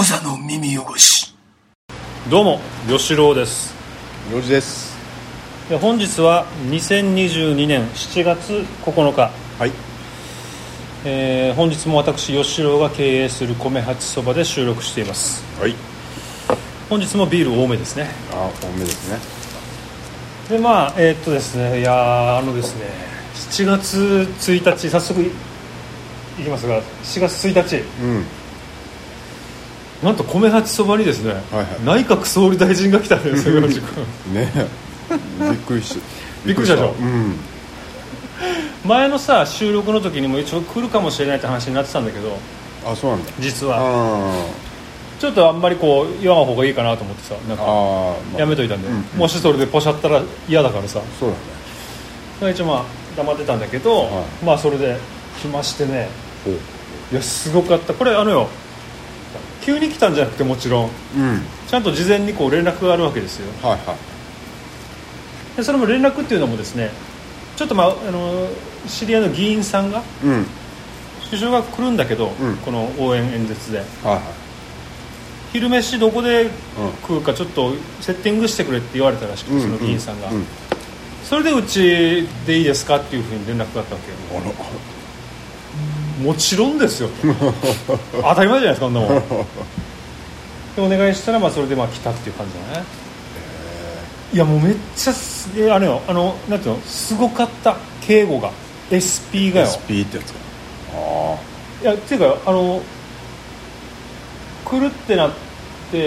無座の耳汚し。 どうも吉郎です。 よじです。 本日は2022年7月9日、 はい。 本日も私吉郎が経営する米八そばで収録しています。 はい。 本日もビール多めですね。 多めですね。 でですね、ですね、7月1日早速いきますが、7月1日、なんと米八そばにですね、内閣総理大臣が来たんですよ。ねびっくりしたでしょ。前のさ収録の時にも一応来るかもしれないって話になってたんだけど、 そうなんだ。 実はちょっとあんまりこう言わん方がいいかなと思ってさ、なんかやめといたんで、もしそれでポシャったら嫌だからさ、 そうだね。 一応黙ってたんだけど、それで来ましてね、いやすごかった。これ急に来たんじゃなくて、もちろん、ちゃんと事前にこう連絡があるわけですよ。でそれも連絡っていうのもですね、ちょっと知り合いの議員さんが、首相が来るんだけど、この応援演説で、昼飯どこで食うかちょっとセッティングしてくれって言われたらしくて、その議員さんが、それでうちでいいですかっていうふうに連絡があったわけよ。もちろんですよ当たり前じゃないですか、こんなもんでお願いしたら、それで来たっていう感じだね。いやもうめっちゃなんていうの、すごかった。警護が SP がよ。 SP ってやつか。 いやっていうか来るってなって、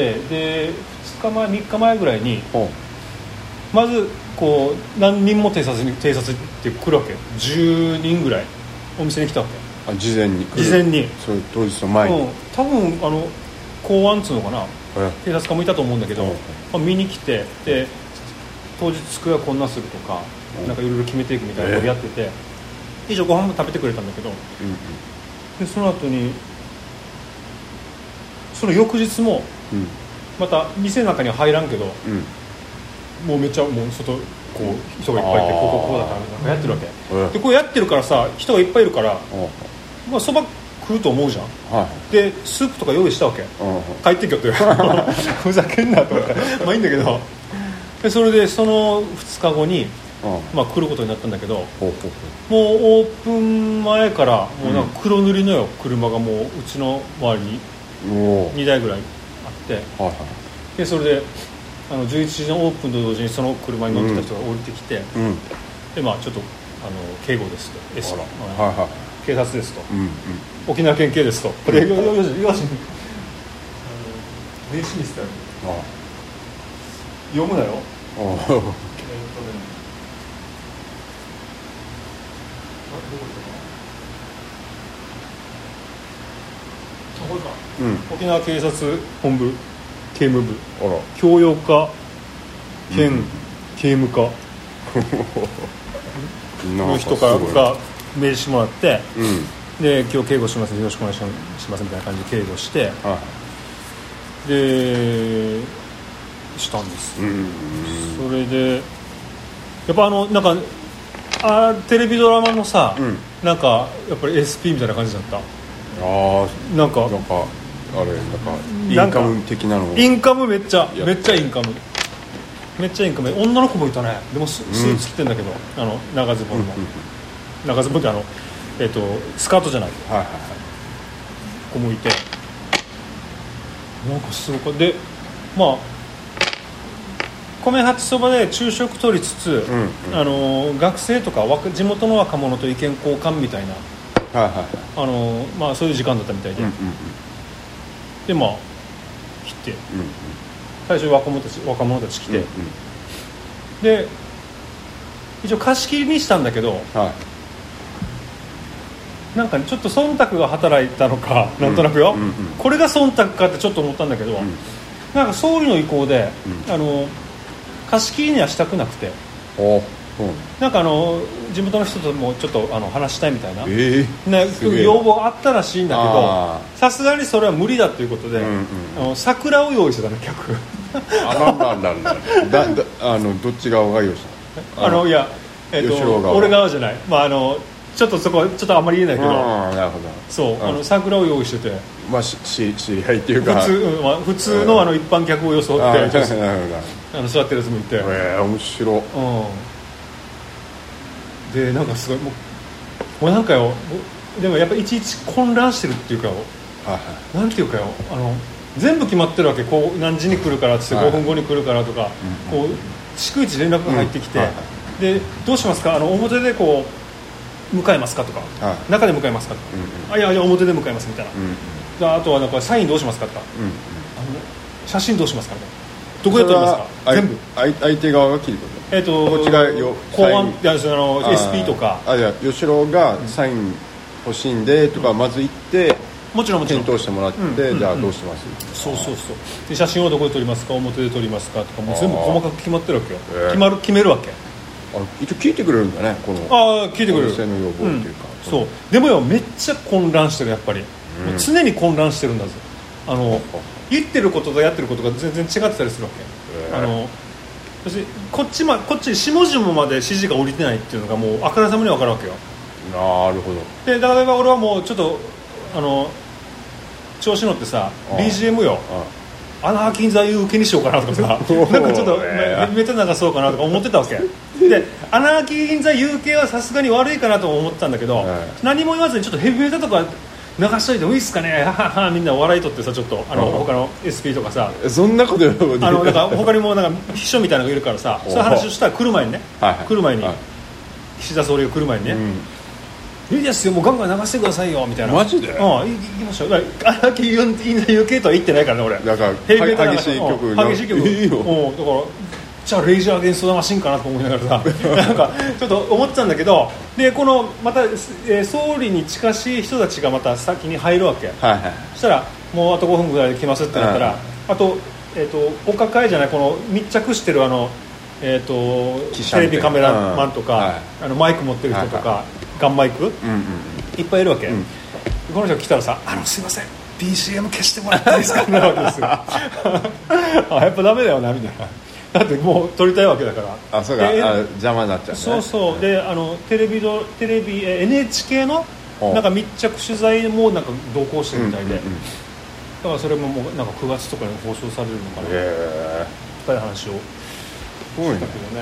で2日前3日前ぐらいにまずこう何人も偵察って来るわけ。10人ぐらいお店に来たわけ。 事前にそれ当日の前に、 多分公安っつうのかな、警察官もいたと思うんだけど、見に来て、で当日机はこんなするとか、なんかいろいろ決めていくみたいなことやってて、一応ご飯も食べてくれたんだけど、でその後にその翌日も、また店の中には入らんけど、もうめっちゃもう外こう人がいっぱいいて、こうだからなんかやってるわけ、でこうやってるからさ、人がいっぱいいるから、そば食うと思うじゃん、でスープとか用意したわけ、帰ってきよってふざけんなと思っていいんだけど、でそれでその2日後に、来ることになったんだけど、もうオープン前からもうなんか黒塗りのよ、車がもううちの周りに2台ぐらいあって、でそれで11時のオープンと同時にその車に乗ってた人が降りてきて、でちょっと警護ですと、警察ですと、沖縄県警ですと、これよし名刺にしたよ、読むなよ。沖縄警察本部警務部教養課兼刑務課の人から名刺もらって、で今日警護します、よろしくお願いしますみたいな感じで警護して、でしたんです。それでやっぱなんかテレビドラマのさ、なんかやっぱり SP みたいな感じだった。なんかインカム的なの。 インカムめっちゃインカム、女の子もいたね。でもスーツ着てんだけど、長ズボンの、長ズボンってスカートじゃない、子もいて、なんかすごくで米八そばで昼食取りつつ、学生とか地元の若者と意見交換みたいな、そういう時間だったみたいで、で来て、最初若者たち来て、で一応貸し切りにしたんだけど、なんかちょっと忖度が働いたのか、なんとなくよ、これが忖度かってちょっと思ったんだけど、なんか総理の意向で、貸し切りにはしたくなくて、なんか地元の人ともちょっと話したいみたいな、要望あったらしいんだけど、さすがにそれは無理だということで、桜を用意してたね、客どっち側が用意したの？ いや、俺側じゃない、 ちょっとそこちょっとあんまり言えないけど、 なるほど。 そう桜を用意してて、 まあ知り合いっていうか普通の一般客を装って座ってるやつもいて、 面白い。 でなんかすごいもうなんかよ、でもやっぱいちいち混乱してるっていうかよ、なんていうかよ、全部決まってるわけ。こう何時に来るからって5分後に来るからとか、こう逐一連絡が入ってきて、でどうしますか、表でこう向かいますかとか、中で向かいますかとか、いや表で向かいますみたいな、あとはなんかサインどうしますかとか、写真どうしますかとか、どこで撮りますか、全部相手側が切ること、こっちが公安SP とか、 じゃあ吉郎がサイン欲しいんでとかまず言って、 もちろん検討してもらって、じゃあどうします、 そうで写真をどこで撮りますか、表で撮りますかとか、もう全部細かく決まってるわけよ。決めるわけ。 一応聞いてくれるんだね、この聞いてくれる、 女性の要望っていうか、 そうでもよ、めっちゃ混乱してる、やっぱり、もう常に混乱してるんだぞ。言ってることとやってることが全然違ってたりするわけ。こっち下々まで指示が降りてないっていうのがもうあからさまに分かるわけよ。 なるほど。 でだから俺はもうちょっと調子乗ってさ BGM よ、アナーキンザユー系にしようかなとかさなんかちょっとめっちゃ流そうかなとか思ってたわけで、アナーキンザユー系はさすがに悪いかなと思ってたんだけど、何も言わずにちょっとヘビメタとか流しといてもいいっすかね、はははみんな笑いとってさ、ちょっと他の SP とかさ、 そんなことなんか他にもなんか秘書みたいなのがいるからさ、そういう話をしたら来る前にね、岸田総理が来る前にね、いいですよ、もうガンガン流してくださいよみたいな。 マジで？ 行きましょう。アナーキーインザ UK とは言ってないからね、俺。 だから激しい曲いいよ。だからじゃあレイジャー・アゲンスト・ザ・マシンかなと思いながらさなんかちょっと思ってたんだけど、でこのまた、総理に近しい人たちがまた先に入るわけ、そしたらもうあと5分ぐらいで来ますってなったら、あと、お抱えじゃない、この密着してるテレビカメラマンとか、マイク持ってる人とか、ガンマイク、いっぱいいるわけ、この人来たらさ、すいません BGM 消してもらっていいですかなわけですよやっぱダメだよなみたいな、だってもう撮りたいわけだから。 そうか、邪魔になっちゃうね。 そうでテレビ NHK のなんか密着取材もなんか同行してるみたいで、だからそれももうなんか9月とかに放送されるのかな、深い話をしたけどね。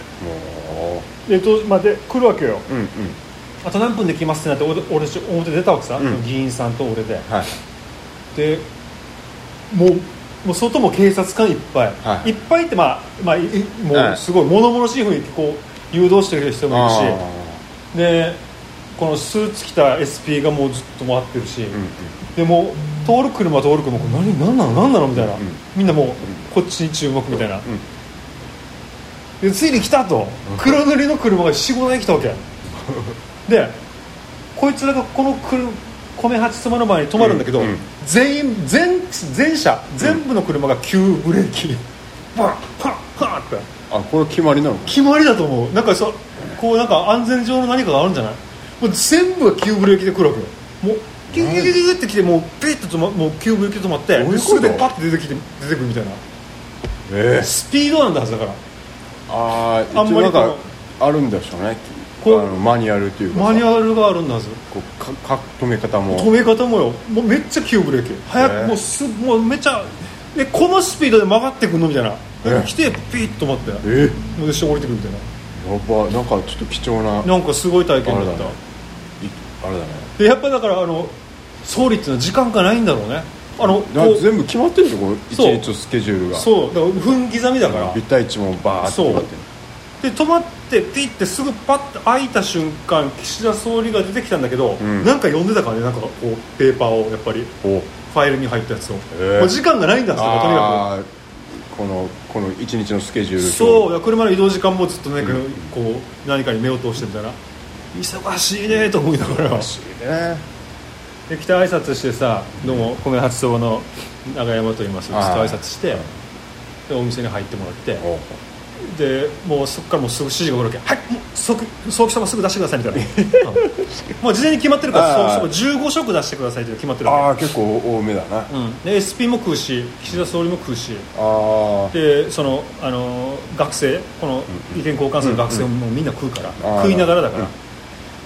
で来るわけよ、あと何分で来ますってなって俺表出たわけさ、議員さんと俺で、でもう外も警察官いっぱい、いっぱいってもうすごい物々しい雰囲気、こう誘導してる人もいるし、でこのスーツ着た SP がもうずっと回ってるし、でもう通る車何なのみたいな、みんなもうこっちに注目みたいな、でついに来たと、黒塗りの車が 4,5 台来たわけでこいつらがこの米八妻の前に止まるんだけど、全車全部の車が急ブレーキ、バンパンパンって、 これ決まりなの？ 決まりだと思う。なんかこうなんか安全上の何かがあるんじゃない？もう全部が急ブレーキで来るわけよ。もうギュギュギュギュって来て、もうピッともう急ブレーキで止まって、すぐでパッて出てくるみたいな、スピードなんだはずだから。 あんまりなんかあるんでしょうね、マニュアルっていうか、 マニュアルがあるんだはず。 止め方もよ、もうめっちゃ急ブレーキ、早くもうめっちゃこのスピードで曲がってくんのみたいな、来てピッと止まって、で下降りてくるみたいな。 なんかちょっと貴重な、 なんかすごい体験だった。 あれだね。 でやっぱだから総理っていうのは時間がないんだろうね。 全部決まってるんですよ、一日のスケジュールが。 そうだから分刻みだから、 立体値もバーッと決まってる。 で止まってピッてすぐパッと開いた瞬間、岸田総理が出てきたんだけど、なんか読んでたからね、なんかこうペーパーをやっぱりファイルに入ったやつを、もう時間がないんだって、とにかくこの一日のスケジュール、 そう車の移動時間もずっとね、こう何かに目を通してみたいな、忙しいねと思いながら、で来て挨拶してさ、どうも米八そばの長山と言いますって挨拶して、でお店に入ってもらって、でもうそこからもうすぐ指示が来るわけ、はい、もう早期そばすぐ出してくださいみたいなもう事前に決まってるから、早期そば15食出してくださいって決まってるわけ。 結構多めだな。 で SP も食うし、岸田総理も食うし、でその学生、この意見交換する学生もみんな食うから、食いながらだから、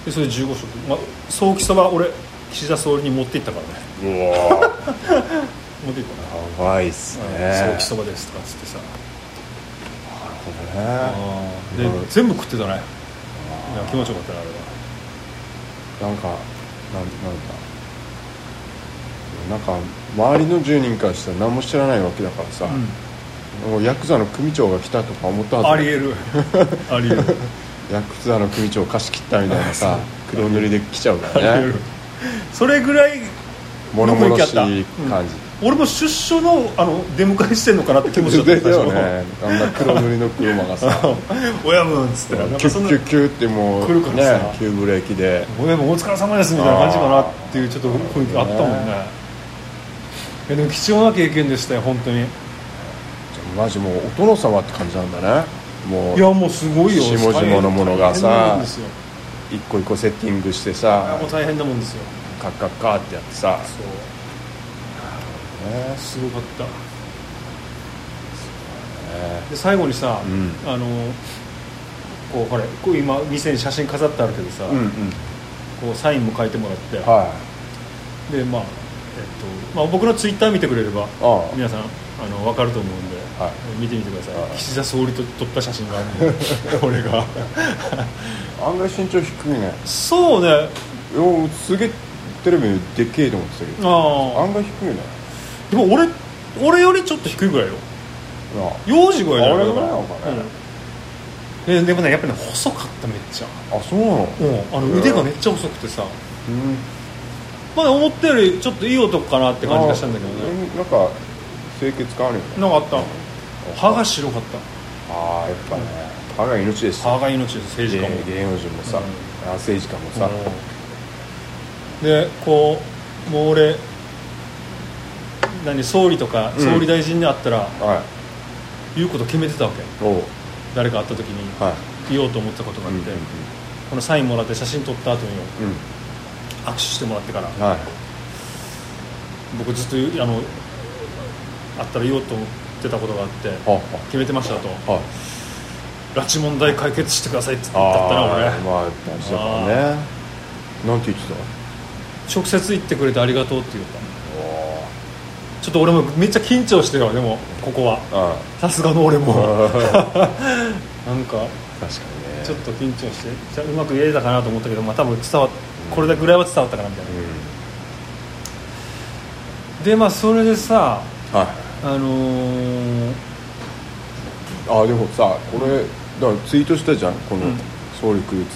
でそれ15食、早期そば俺岸田総理に持って行ったからね。 うわ持って行ったやばいっすね。 早期そばですとかっつってさ、 なるほどね。 で全部食ってたね。いや気持ちよかったねあれは。 なんかなんか周りの10人からしたら何も知らないわけだからさ、もうヤクザの組長が来たとか思ったはず。 ありえるありえるヤクザの組長を貸し切ったみたいなさ黒塗りで来ちゃうからね。 それぐらい物々しい感じ、 俺も出所の出迎えしてんのかなって気持ちだっただよね。あんな黒塗りの車がさ親分っつってキュッキュッキュッってもう来るからさ、 ね、急ブレーキで親分お疲れ様ですみたいな感じかなっていうちょっと雰囲気あったもんね。でも貴重な経験でしたよ本当に。 マジもうお殿様って感じなんだね。もういやもうすごいよ。 下々のものがさ一個一個セッティングしてさ、 もう大変なもんですよ。 カッカッカーってやってさ、 そうすごかった。で最後にさ、こう今店に写真飾ってあるけどさ、こうサインも書いてもらって、で僕のツイッター見てくれれば皆さん分かると思うんで、見てみてください。岸田総理と撮った写真があるんで俺が案外身長低いね。 そうね。 すげえテレビでっけえと思ってたけど案外低いね。でも俺よりちょっと低いぐらいよ。幼児ぐらいじゃないかな。でもねやっぱりね細かっためっちゃ。 あそうなの。 腕がめっちゃ細くてさ、思ったよりちょっといい男かなって感じがしたんだけどね。 なんか清潔感あるよね。 なんかあった。歯が白かった。 やっぱね、歯が命です。 歯が命です。政治家も芸能人もさ、政治家もさ、 でこうもう俺総理とか総理大臣に会ったら、言うこと決めてたわけ。誰か会った時に言おうと思ったことがあって、このサインもらって写真撮った後に握手してもらってから、僕ずっと会ったら言おうと思ってたことがあって、決めてましたと、拉致問題解決してくださいって言ったな俺。 大事だからね。なんて言ってた？ 直接言ってくれてありがとうって言った。ちょっと俺もめっちゃ緊張してよ。でもここはさすがの俺もなんか確かにねちょっと緊張してうまく言えたかなと思ったけど、多分これぐらいは伝わったかなみたいな、でそれでさ、でもさこれだからツイートしたじゃん、この総理来るっつって、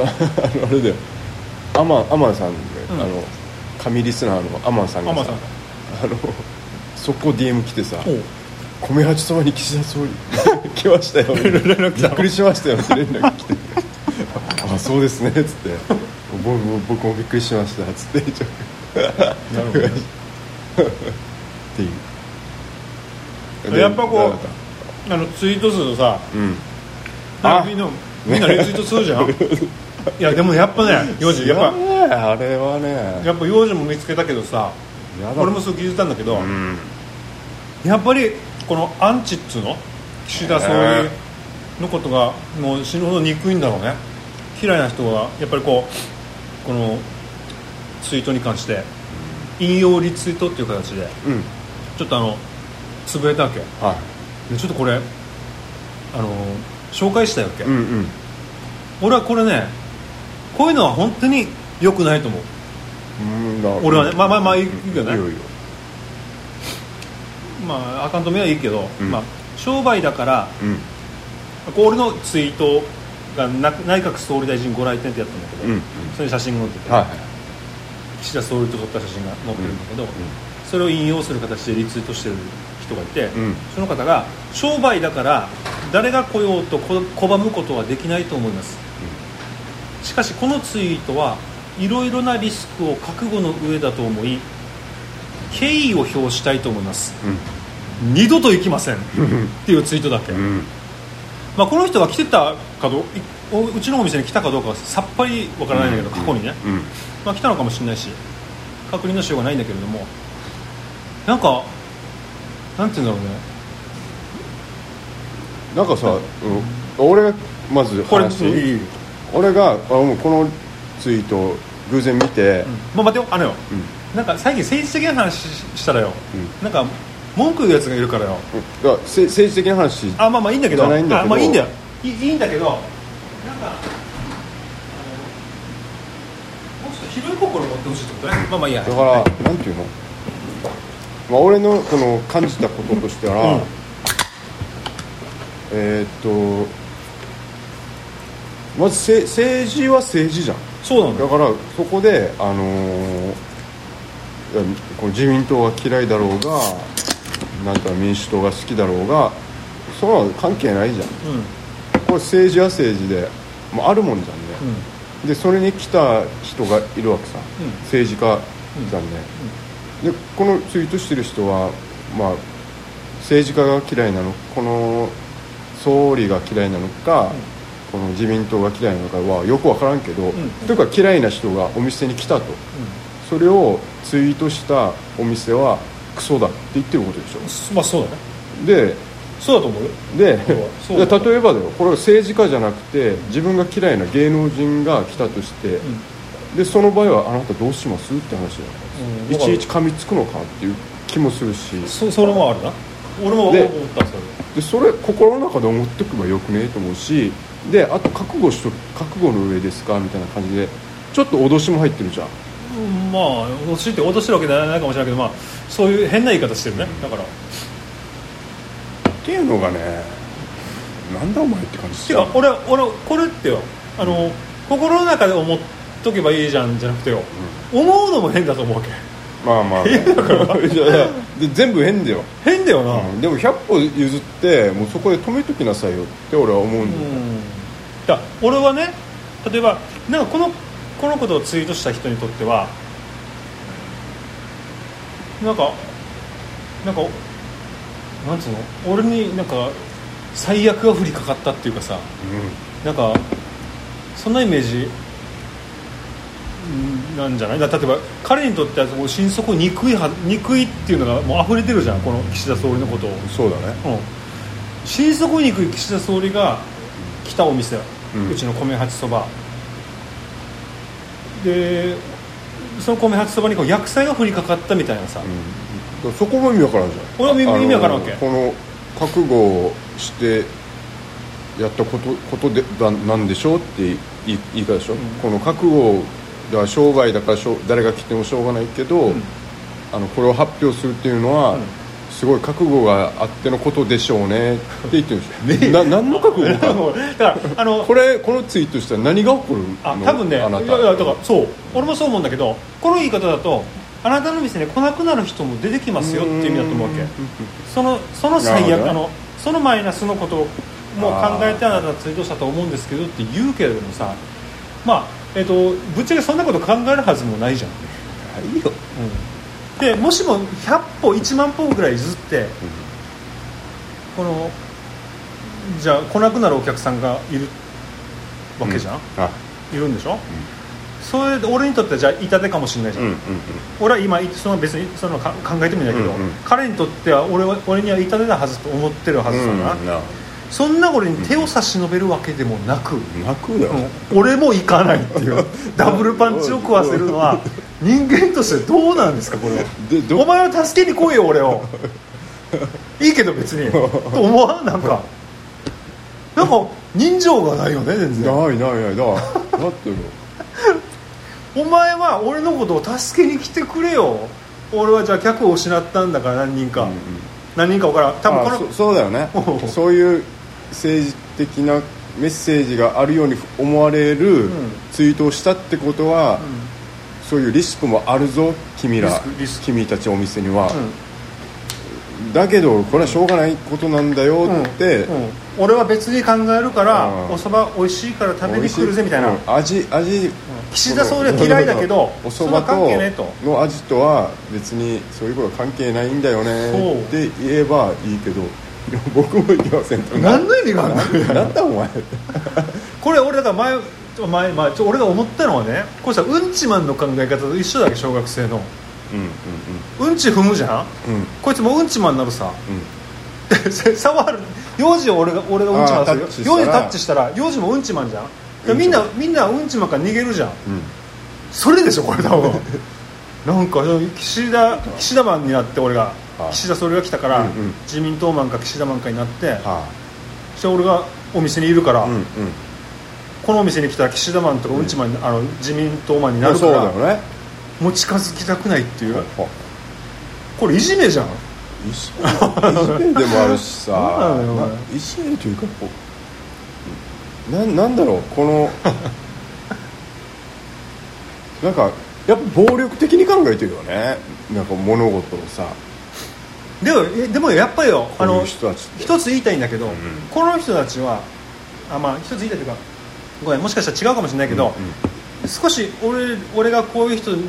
あれだよ、アマンさんで、神リスナーのアマンさんがさ、速攻 DM 来てさ、米八そばに岸田総理来ましたよびっくりしましたよって連絡来てあそうですねっつって僕もびっくりしましたっつってなるほど、ね、っていうやっぱこうツイートするとさ、みんなリツイートするじゃんいやでもやっぱね幼児やっぱあれはねやっぱ幼児も見つけたけどさ、俺もそう気づいたんだけど、やっぱりこのアンチっつうの岸田総理のことがもう死ぬほど憎いんだろうね。嫌いな人はやっぱりこのツイートに関して引用リツイートっていう形で、ちょっとつぶやいたわけ、でちょっとこれ紹介したいわけ、俺はこれねこういうのは本当に良くないと思う。俺はねまあいいよね。アカウント名はいいけど、商売だから、俺のツイートが内閣総理大臣ご来店ってやったんだけど、そういう写真が載ってて、岸田総理と撮った写真が載ってるんだけど、それを引用する形でリツイートしてる人がいて、その方が商売だから誰が来ようと拒むことはできないと思います、しかしこのツイートはいろいろなリスクを覚悟の上だと思い敬意を表したいと思います、二度と行きませんっていうツイートだけ、この人が来てたかうちのお店に来たかどうかはさっぱりわからないんだけど、過去にね、来たのかもしれないし確認のしようがないんだけれども、なんて言うんだろうね、 なんかさ、俺がまず話こ俺がこのツイートを偶然見て、 まあ、待てよなんか最近政治的な話したらよ、なんか文句言うやつがいるからよ、 政治的な話まあいいんだけど、 まあいいんだよいいんだけど、なんかもうちょっと広い心を持ってほしいってことね。まあいいや。 だから、なんていうの、まあ、俺のこの感じたこととしては、まず政治は政治じゃん。 そうなんだ。 だからそこでこの自民党が嫌いだろうが、なんか民主党が好きだろうが、その関係ないじゃん。これ政治は政治で、まあ、あるもんじゃんね。でそれに来た人がいるわけさ、政治家じゃんね。でこのツイートしてる人は、まあ、政治家が嫌いなの、この総理が嫌いなのか、この自民党が嫌いなのかはよく分からんけど、というか嫌いな人がお店に来たと、それをツイートしたお店はクソだって言ってることでしょ。 まあそうだね。 でそうだと思うよ。 で例えばだよ、これは政治家じゃなくて自分が嫌いな芸能人が来たとして、でその場合はあなたどうしますって話だよ、いちいち噛みつくのかっていう気もするし、 それもあるな。俺も思ったそれ心の中で思っておけばよくねと思うし、であと覚悟の上ですかみたいな感じでちょっと脅しも入ってるじゃん。 まあ脅してるわけじゃないかもしれないけど、まあそういう変な言い方してるね。だからっていうのがね、なんだお前って感じ。 てか俺これってよ、心の中で思っとけばいいじゃんじゃなくてよ、思うのも変だと思うわけ。 まあまあ、ね、だからで全部変だよな、 でも100歩譲ってもうそこで止めときなさいよって俺は思うんだよ。 俺はね、例えばなんかこのことをツイートした人にとってはなんかなんつうの、俺になんか最悪が降りかかったっていうかさ、なんかそんなイメージなんじゃない。例えば彼にとってはもう心底憎いっていうのがもう溢れてるじゃん、この岸田総理のことを。 そうだね、 心底憎い岸田総理が来たお店、うちの米八そばで、その米八そばにこう薬剤が降りかかったみたいなさ、 そこも意味わからんじゃん。 俺は意味わからんわけ。 この覚悟をしてやったことでなんでしょうって言い方でしょ、この覚悟だから商売だから誰が来てもしょうがないけど、これを発表するっていうのは、すごい覚悟があってのことでしょうねって言ってるんですよ。何の覚悟かだからこのツイートしたら何が起こるの？ 多分ね、だからそう俺もそう思うんだけど、この言い方だとあなたの店に来なくなる人も出てきますよっていう意味だと思うわけ。その最悪そのマイナスのことをもう考えてあなたはツイートしたと思うんですけどって言うけれどもさ、まあぶっちゃけそんなこと考えるはずもないじゃん。 いいよ、 でもしも100歩1万歩ぐらい譲って、じゃあ来なくなるお客さんがいるわけじゃん、いるんでしょ、それで俺にとってはじゃあ痛手かもしれないじゃん、俺は今別にその考えてもいないけど、彼にとっては俺には痛手だはずと思ってるはずだな、そんな俺に手を差し伸べるわけでもなく、俺も行かないっていうダブルパンチを食わせるのは人間としてどうなんですかこれは。お前は助けに来いよ俺をいいけど別にと思わん、なんか人情がないよね全然。 ないだってお前は俺のことを助けに来てくれよ。俺はじゃあ客を失ったんだから何人か分からん。多分そうだよねそういう政治的なメッセージがあるように思われるツイートをしたってことは、そういうリスクもあるぞ君たちお店には、だけどこれはしょうがないことなんだよって、 俺は別に考えるから、お蕎麦美味しいから食べに来るぜみたいな、 味岸田総理は嫌いだけどお蕎麦の味とは別にそういうことは関係ないんだよねって言えばいいけど、僕も言いませんと。 何の意味があるのなんだお前これ俺だから前俺が思ったのはね、これさうんちマンの考え方と一緒だけ、小学生のうんち踏むじゃん、こいつもうんちマンになるさ、で触る幼児を俺がうんちマンするよ、幼児タッチしたら幼児もうんちマンじゃん。 みんなうんちまから逃げるじゃん、それでしょこれ多分なんか岸田マンになって俺が岸田総理が来たから、自民党マンか岸田マンかになって、そして俺がお店にいるから、このお店に来たら岸田マンとかうんちマン、自民党マンになるから、もう近づきたくないっていう、これいじめじゃん。 いじめでもあるしさいじめというかなんだろうこのなんかやっぱ暴力的に考えてるよね、なんか物事をさ。 でもやっぱりよ、 一つ言いたいんだけど、この人たちは一つ言いたいというか、ごめんもしかしたら違うかもしれないけど、少し俺がこういう人の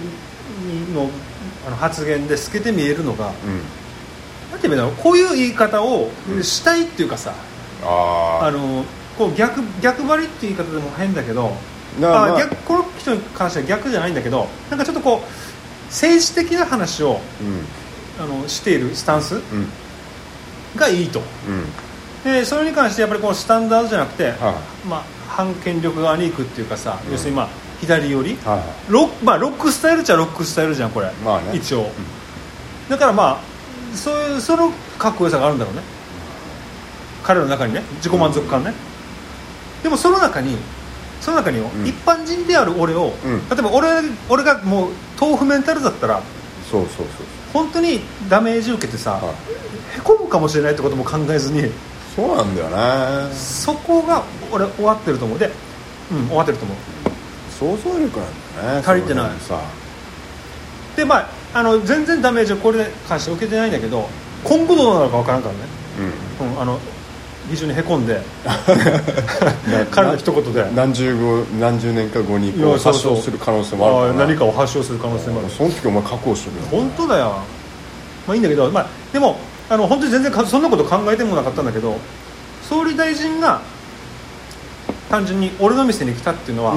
発言で透けて見えるのが、なんていうの、こういう言い方をしたいっていうかさ、こう逆張りっていう言い方でも変だけど、この人に関しては逆じゃないんだけど、なんかちょっとこう政治的な話を、しているスタンス、がいいと、でそれに関してやっぱりこのスタンダードじゃなくて、反権力側に行くっていうかさ、要するに左寄り、ロックスタイルっちゃロックスタイルじゃんこれ、一応、だからそのかっこよさがあるんだろうね、彼の中にね、自己満足感ね、でもその中によ、一般人である俺を、例えば俺がもう豆腐メンタルだったら、本当にダメージ受けてさ、へこむかもしれないってことも考えずに、 そうなんだよね、 そこが俺終わってると思う。で、終わってると思う。 想像力なんだね、 足りてないさ。で全然ダメージをこれに関して受けてないんだけど、今後どうなるか分からんからね、非常にへこんで彼の一言で何十年か後に発症する可能性もあるから、 何かを発症する可能性もある。 その時お前覚悟してるよ。 本当だよ。いいんだけど、でも本当に全然そんなこと考えてもなかったんだけど、総理大臣が単純に俺の店に来たっていうのは、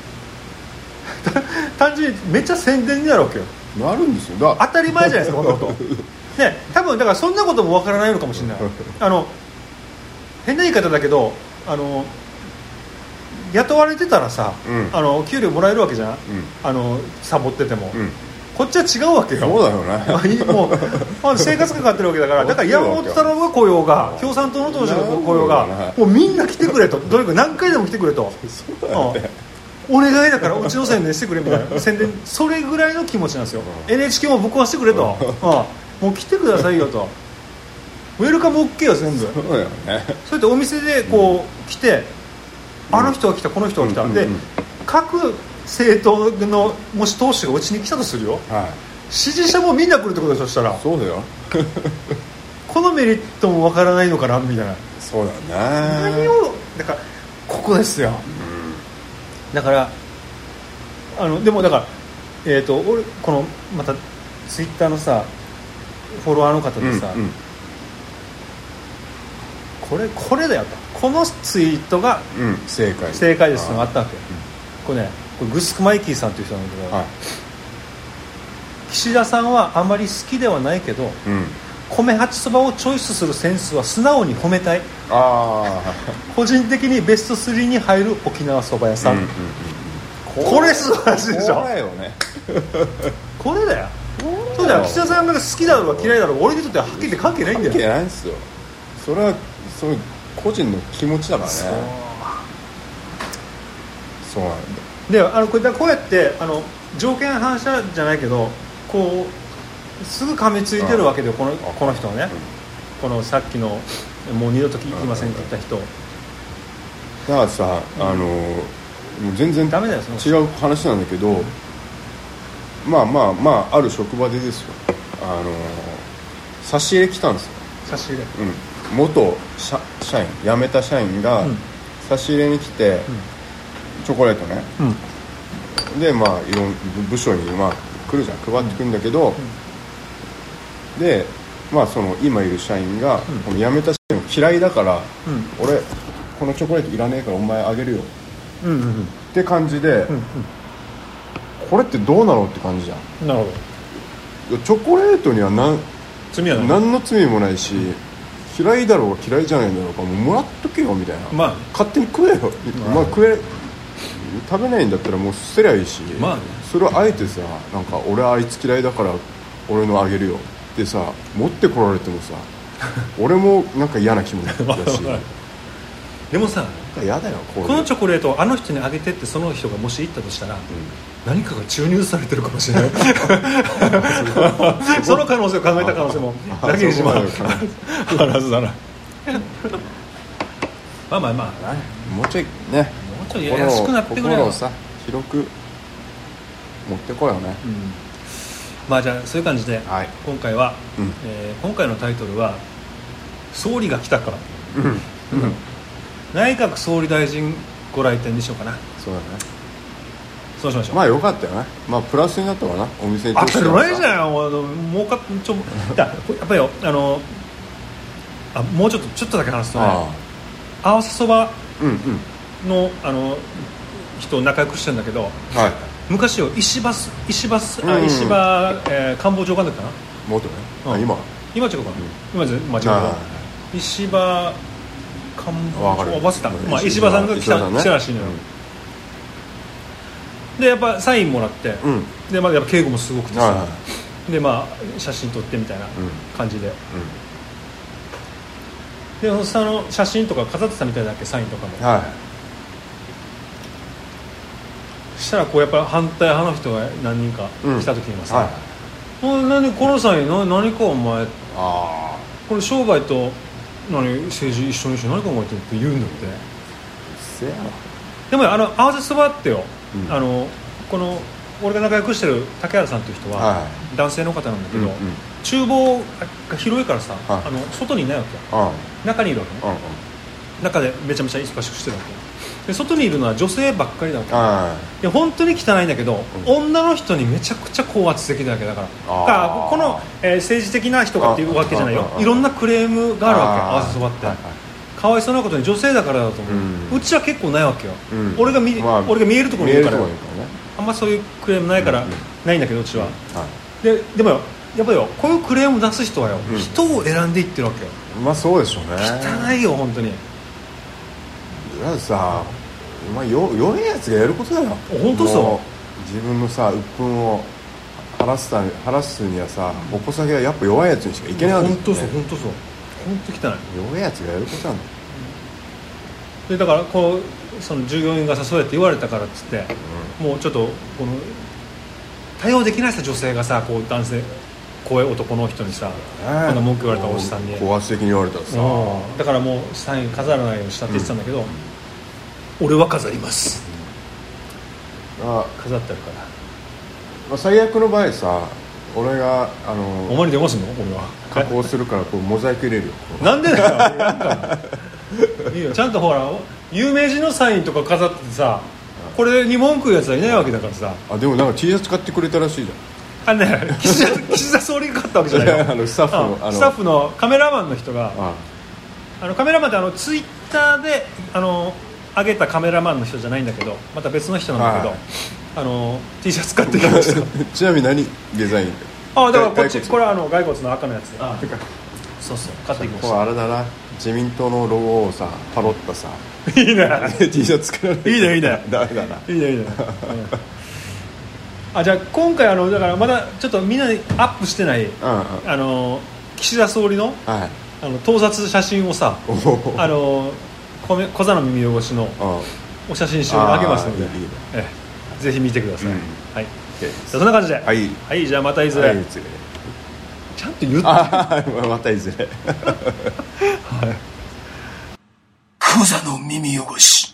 単純にめっちゃ宣伝になるわけよ。 なるんですよ。 当たり前じゃないですかこんなことね、多分だからそんなこともわからないのかもしれない変な言い方だけど、雇われてたらさ、給料もらえるわけじゃん、サボってても、こっちは違うわけよ。 そうだよねもう生活がかかってるわけだからだから山本太郎が雇用が、共産党の党首が雇用が、もうみんな来てくれと、どれか何回でも来てくれと、お願いだからうちの宣伝してくれみたいな宣伝、それぐらいの気持ちなんですよ。NHK もぶっ壊してくれと、もう来てくださいよと、ウェルカム OK よ全部。そうだよね。そうやってお店でこう来て、あの人が来たこの人が来た、で各政党のもし党首がうちに来たとするよ、支持者もみんな来るってことでしょ。したらそうだよこのメリットもわからないのかなみたいな。 そうだよね。 何をだからここですよ、だからでもだから俺このまたツイッターのさフォロワーの方でさ、これだよと、このツイートが正解ですのがあったわけ。これグスクマイキーさんという人なんだけど、岸田さんはあまり好きではないけど、米八そばをチョイスするセンスは素直に褒めたい。個人的にベスト3に入る沖縄そば屋さん、これ素晴らしいでしょ。これよねこれだよ。そうだよ。岸田さんが好きだろうが嫌いだろうが俺にとってははっきり関係ないんだよ。 関係ないんですよ。それはそういう個人の気持ちだからね。そうなんだ。 でこうやって条件反射じゃないけど、こうすぐ噛みついてるわけでこの人はね、このさっきのもう二度と聞きませんって言った人だからさ、もう全然ダメだよ違う話なんだけど、ある職場でですよ、差し入れ来たんですよ。 差し入れ、 元社員辞めた社員が差し入れに来て、チョコレートね、でいろんな部署に来るじゃん、配ってくるんだけど、でその今いる社員が、この辞めた社員嫌いだから、俺このチョコレートいらねえからお前あげるよ、って感じで、これってどうなのって感じじゃん。 なるほど。チョコレートには何の罪もないし、嫌いだろうが嫌いじゃないんだろうか、もうもらっとけよみたいな、勝手に食えよ、食え食べないんだったらもう捨てりゃいいし、 まあね、 それをあえてさ、なんか俺あいつ嫌いだから俺のあげるよってさ持ってこられてもさ俺もなんか嫌な気持ちだしでもさ、 嫌だよこのチョコレートをあの人にあげてってその人がもし言ったとしたら、何かが注入されてるかもしれないその可能性を考えた可能性もだけにしまうあらずだなまあまあまあもうちょいね、 もうちょい安くなってくれよ、 心をさ広く持ってこいよね、 まあじゃあそういう感じで、今回は、今回のタイトルは総理が来たから、内閣総理大臣ご来店にしようかな。 そうだね、 そうしましょう。 まあよかったよね。まあプラスになったかな、お店にとしては。当たり前じゃん。儲かっちょやっぱりよ、もうちょっとだけ話すとね、合わせそばの人仲良くしてるんだけど、昔よ石場官房長官だったかな。 元ね。今違うかな。 今違う。石場官房長官忘れた。まあ石場さんが来たらしいのよ。でやっぱサインもらって、でまあやっぱ敬語もすごくてさ、でまあ写真撮ってみたいな感じで、でその写真とか飾ってたみたいだっけ、サインとかも。したらこうやっぱ反対派の人が何人か来た時にはさ、なんでこのサイン何かお前、これ商売と政治一緒にして何考えてるって言うんだって。でも合わせそばってよ、この俺が仲良くしてる竹原さんという人は男性の方なんだけど、厨房が広いからさ、外にいないわけよ、中にいるわけね、中でめちゃめちゃ忙しくしてるわけで、外にいるのは女性ばっかりだわけで、本当に汚いんだけど、女の人にめちゃくちゃ高圧的だわけだから、この、政治的な人がっていうわけじゃないよ、いろんなクレームがあるわけ、合わせそばって、かわいそうなことに女性だからだと思う、うちは結構ないわけよ、俺が見えるところにいるから、あんまそういうクレームないから、ないんだけどうちは、でもやっぱりよ、こういうクレーム出す人はよ、人を選んでいってるわけよ。 まあそうでしょうね。 汚いよ本当に。 だってさ、弱いやつがやることだよ。 本当そう。 自分のさ鬱憤を晴らすにはさ、おこさげはやっぱ弱いやつにしかいけないわけだよね。 本当そう本当そう、本当汚い。 弱いやつがやることなんだよ。 でだからこうその従業員がさそうやって言われたからっつって、もうちょっとこの対応できないさ女性がさ、こう男性怖い男の人にさ、こんな文句言われたおじさんに高圧的に言われたらさ、 だからもうサイン飾らないようにしたって言ってたんだけど、俺は飾ります、飾ってあるから、 まあ、最悪の場合さ、俺がお前に電話すんの？俺は加工するからこうモザイク入れるよ。 なんでだよいいよ、ちゃんとほら有名人のサインとか飾っててさ、これに文句言うやつはいないわけだからさ。 でもなんか T シャツ買ってくれたらしいじゃん。 岸田総理が買ったわけじゃないよスタッフのカメラマンの人が、カメラマンってツイッターで上げたカメラマンの人じゃないんだけど、また別の人なんだけど、T シャツ買ってきましたちなみに何デザイン？ だからこっち、これは骸骨の赤のやつで、そう買ってきました。 あれだな、自民党のロゴをさパロったさ、 いいね T シャツ作られて、 いいねダメだな、 いいねじゃあ今回だからまだちょっとみんなにアップしてない、岸田総理の、盗撮写真をさ、小座の耳汚しのお写真集にあげますので、ぜひ見てください。はい、そんな感じで、はい、じゃあまたいずれ。ちゃんと言ってまたいずれ。 小座の耳汚し。